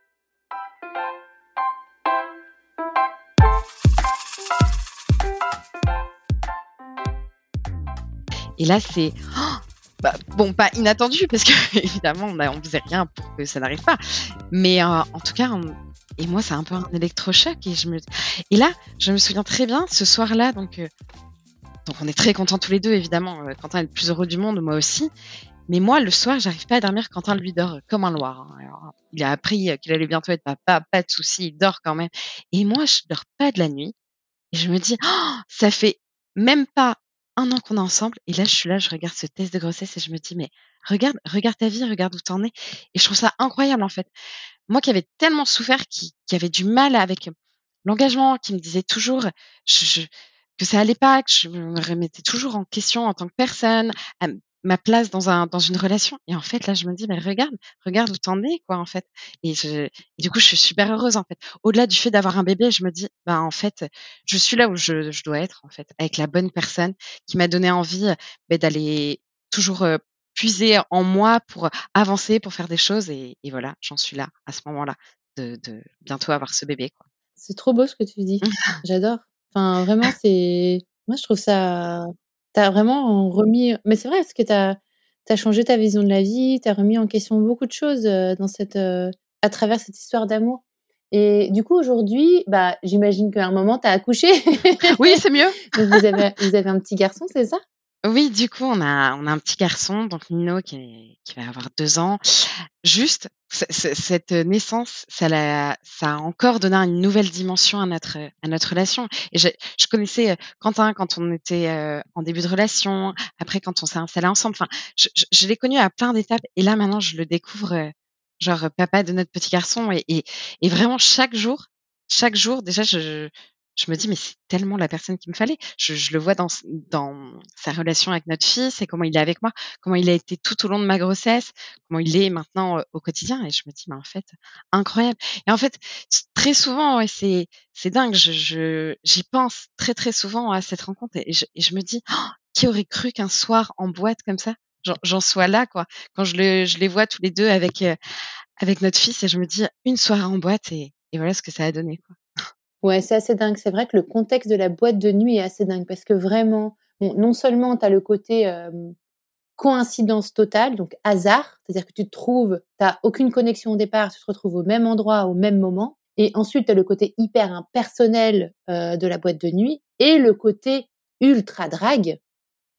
Et là, c'est bah, bon, pas inattendu parce qu'évidemment, on a on faisait rien pour que ça n'arrive pas. Mais heu, en tout cas, on et moi, c'est un peu un électrochoc et je me et là, je me souviens très bien ce soir-là, donc heu, donc on est très contents tous les deux évidemment, heu, Quentin est le plus heureux du monde, moi aussi. Mais moi, le soir, j'arrive pas à dormir, Quentin lui dort comme un loir, hein. Alors, il a appris, heu, qu'il allait bientôt être papa, pas de souci, il dort quand même et moi, je dors pas de la nuit et je me dis: «Oh, ça fait même pas un an qu'on est ensemble» et là, je suis là, je regarde ce test de grossesse et je me dis: «Mais regarde regarde ta vie, regarde où tu en es» et je trouve ça incroyable, en fait. Moi qui avais tellement souffert, qui qui avait du mal avec l'engagement, qui me disait toujours je je que ça allait pas, que je me remettais toujours en question en tant que personne, à m ma place dans un dans une relation et en fait, là, je me dis: «Mais regarde, regarde où tu en es, quoi, en fait» et je et du coup, je suis super heureuse, en fait. Au-delà du fait d'avoir un bébé, je me dis: «Bah, en fait, je suis là où je je dois être, en fait, avec la bonne personne qui m'a donné envie, beh, d'aller toujours, heu, puiser en moi pour avancer, pour faire des choses» et et voilà, j'en suis là, à ce moment-là, de de bientôt avoir ce bébé, quoi. C'est trop beau ce que tu dis. J'adore. Enfin, vraiment, c'est moi, je trouve ça tu as vraiment remis mais c'est vrai parce que tu as tu as changé ta vision de la vie, tu as remis en question beaucoup de choses, heu, dans cette, heu à travers cette histoire d'amour et du coup, aujourd'hui, bah, j'imagine qu'à un moment, tu as accouché? Oui, c'est mieux. Donc vous avez vous avez un petit garçon, c'est ça? Oui, du coup, on a on a un petit garçon, donc Nino qui est qui va avoir deux ans. Juste, ce ce cette naissance, ça l'a ça a encore donné une nouvelle dimension à notre, à notre relation et je je connaissais, heu, Quentin quand on était, heu, en début de relation, après quand on s'est installés ensemble, enfin, je je je l'ai connu à plein d'étapes et là, maintenant, je le découvre, heu, genre papa de notre petit garçon et et et vraiment chaque jour chaque jour, déjà, je je me dis: «Mais c'est tellement la personne qu'il me fallait». Je je le vois dans s dans sa relation avec notre fils et comment il est avec moi, comment il a été tout au long de ma grossesse, comment il est maintenant, heu, au quotidien et je me dis: «Mais en fait, incroyable» et en fait, s très souvent, ouais, c'est c'est dingue, je je j'y pense très, très souvent à cette rencontre et je et je me dis: «Oh, qui aurait cru qu'un soir en boîte comme ça, j'en j'en sois là, quoi?» Quand je le je les vois tous les deux avec, heu, avec notre fils et je me dis: «Une soirée en boîte» et et voilà ce que ça a donné, quoi. Ouais, c'est assez dingue. C'est vrai que le contexte de la boîte de nuit est assez dingue parce que vraiment, bon, non seulement tu as le côté, hem, coïncidence totale, donc hasard, c'est-à-dire que tu te trouves tu as aucune connexion au départ, tu te retrouves au même endroit, au même moment et ensuite tu as le côté hyper impersonnel, heu, de la boîte de nuit et le côté ultra drague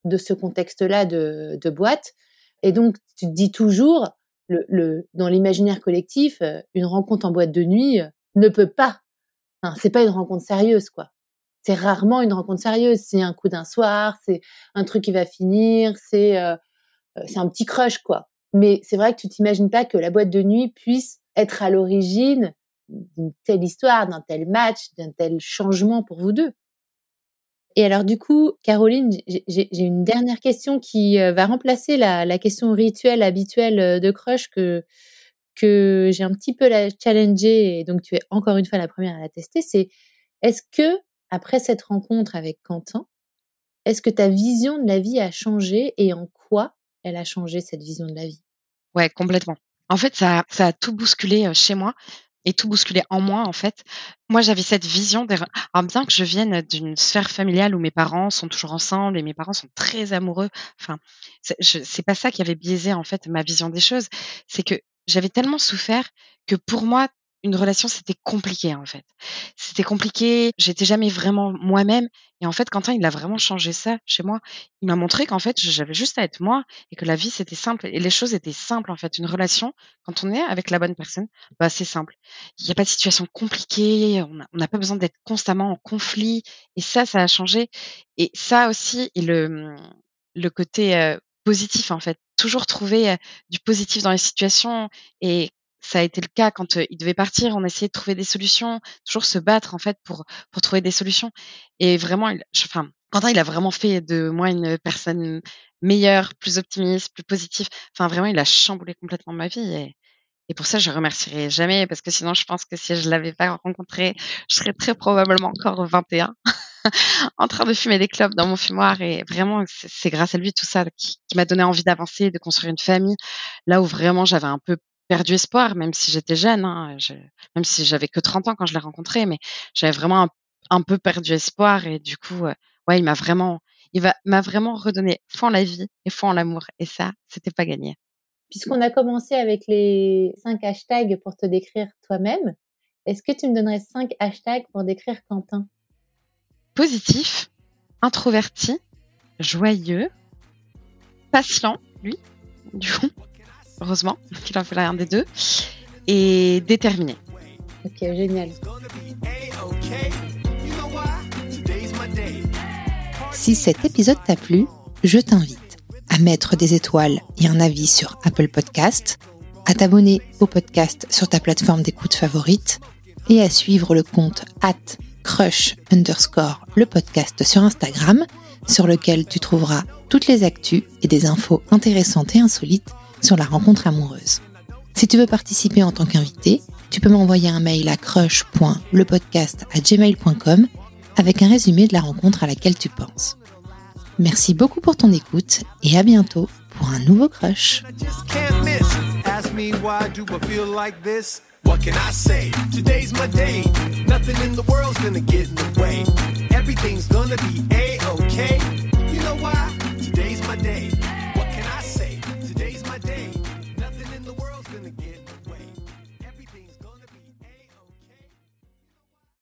de ce contexte-là de, de boîte. Et donc, tu te dis toujours, le, le, dans l'imaginaire collectif, une rencontre en boîte de nuit ne peut pas. Enfin, c'est pas une rencontre sérieuse, quoi. C'est rarement une rencontre sérieuse. C'est un coup d'un soir, c'est un truc qui va finir, c'est, euh, c'est un petit crush, quoi. Mais c'est vrai que tu t'imagines pas que la boîte de nuit puisse être à l'origine d'une telle histoire, d'un tel match, d'un tel changement pour vous deux. Et alors du coup, Caroline, j'ai, j'ai, j'ai une dernière question qui va remplacer la, la question rituelle habituelle de crush que que j'ai un petit peu la challengée, et donc tu es encore une fois la première à la tester. C'est, est-ce que après cette rencontre avec Quentin, est-ce que ta vision de la vie a changé, et en quoi elle a changé cette vision de la vie? Ouais, complètement. En fait, ça, ça a tout bousculé chez moi. Et tout bousculé en moi, en fait. Moi, j'avais cette vision des... Alors, bien que je vienne d'une sphère familiale où mes parents sont toujours ensemble et mes parents sont très amoureux, enfin, c'est, je, c'est pas ça qui avait biaisé, en fait, ma vision des choses. C'est que j'avais tellement souffert que pour moi, une relation, c'était compliqué, en fait. C'était compliqué, j'étais jamais vraiment moi-même. Et en fait, Quentin, il a vraiment changé ça chez moi. Il m'a montré qu'en fait, j'avais juste à être moi et que la vie, c'était simple. Et les choses étaient simples, en fait. Une relation, quand on est avec la bonne personne, bah, c'est simple. Il n'y a pas de situation compliquée, on n'a on n'a pas besoin d'être constamment en conflit. Et ça, ça a changé. Et ça aussi, et le, le côté euh, positif, en fait. Toujours trouver euh, du positif dans les situations. Et ça a été le cas quand euh, il devait partir. On essayait de trouver des solutions, toujours se battre, en fait, pour, pour trouver des solutions. Et vraiment, il, je- enfin, Quentin, il a vraiment fait de moi une personne meilleure, plus optimiste, plus positive. Enfin, vraiment, il a chamboulé complètement ma vie. Et, et pour ça, je remercierai jamais, parce que sinon, je pense que si je l'avais pas rencontré, je serais très probablement encore vingt et un, en train de fumer des clopes dans mon fumoir. Et vraiment, c'est, c'est grâce à lui, tout ça, qui, qui m'a donné envie d'avancer, de construire une famille. Là où vraiment, j'avais un peu perdu espoir, même si j'étais jeune, hein, je- même si j'avais que trente ans quand je l'ai rencontré, mais j'avais vraiment un, un peu perdu espoir. Et du coup, euh, ouais, il m'a vraiment, il va, m'a vraiment redonné foi en la vie et foi en l'amour. Et ça, c'était pas gagné. Puisqu'on a commencé avec les cinq hashtags pour te décrire toi-même, est-ce que tu me donnerais cinq hashtags pour décrire Quentin? Positif, introverti, joyeux, patient, lui, du coup, heureusement qu'il en fait l'un des deux, et déterminé. Ok, génial. Si cet épisode t'a plu, je t'invite à mettre des étoiles et un avis sur Apple Podcast, à t'abonner au podcast sur ta plateforme d'écoute favorite et à suivre le compte arobase crush underscore le podcast sur Instagram, sur lequel tu trouveras toutes les actus et des infos intéressantes et insolites sur la rencontre amoureuse. Si tu veux participer en tant qu'invité, tu peux m'envoyer un mail à crush point le podcast arobase gmail point com avec un résumé de la rencontre à laquelle tu penses. Merci beaucoup pour ton écoute et à bientôt pour un nouveau crush. What can I say? Today's my day. Nothing in the world's gonna get in the way. Everything's gonna be A-okay. You know why? Today's my day.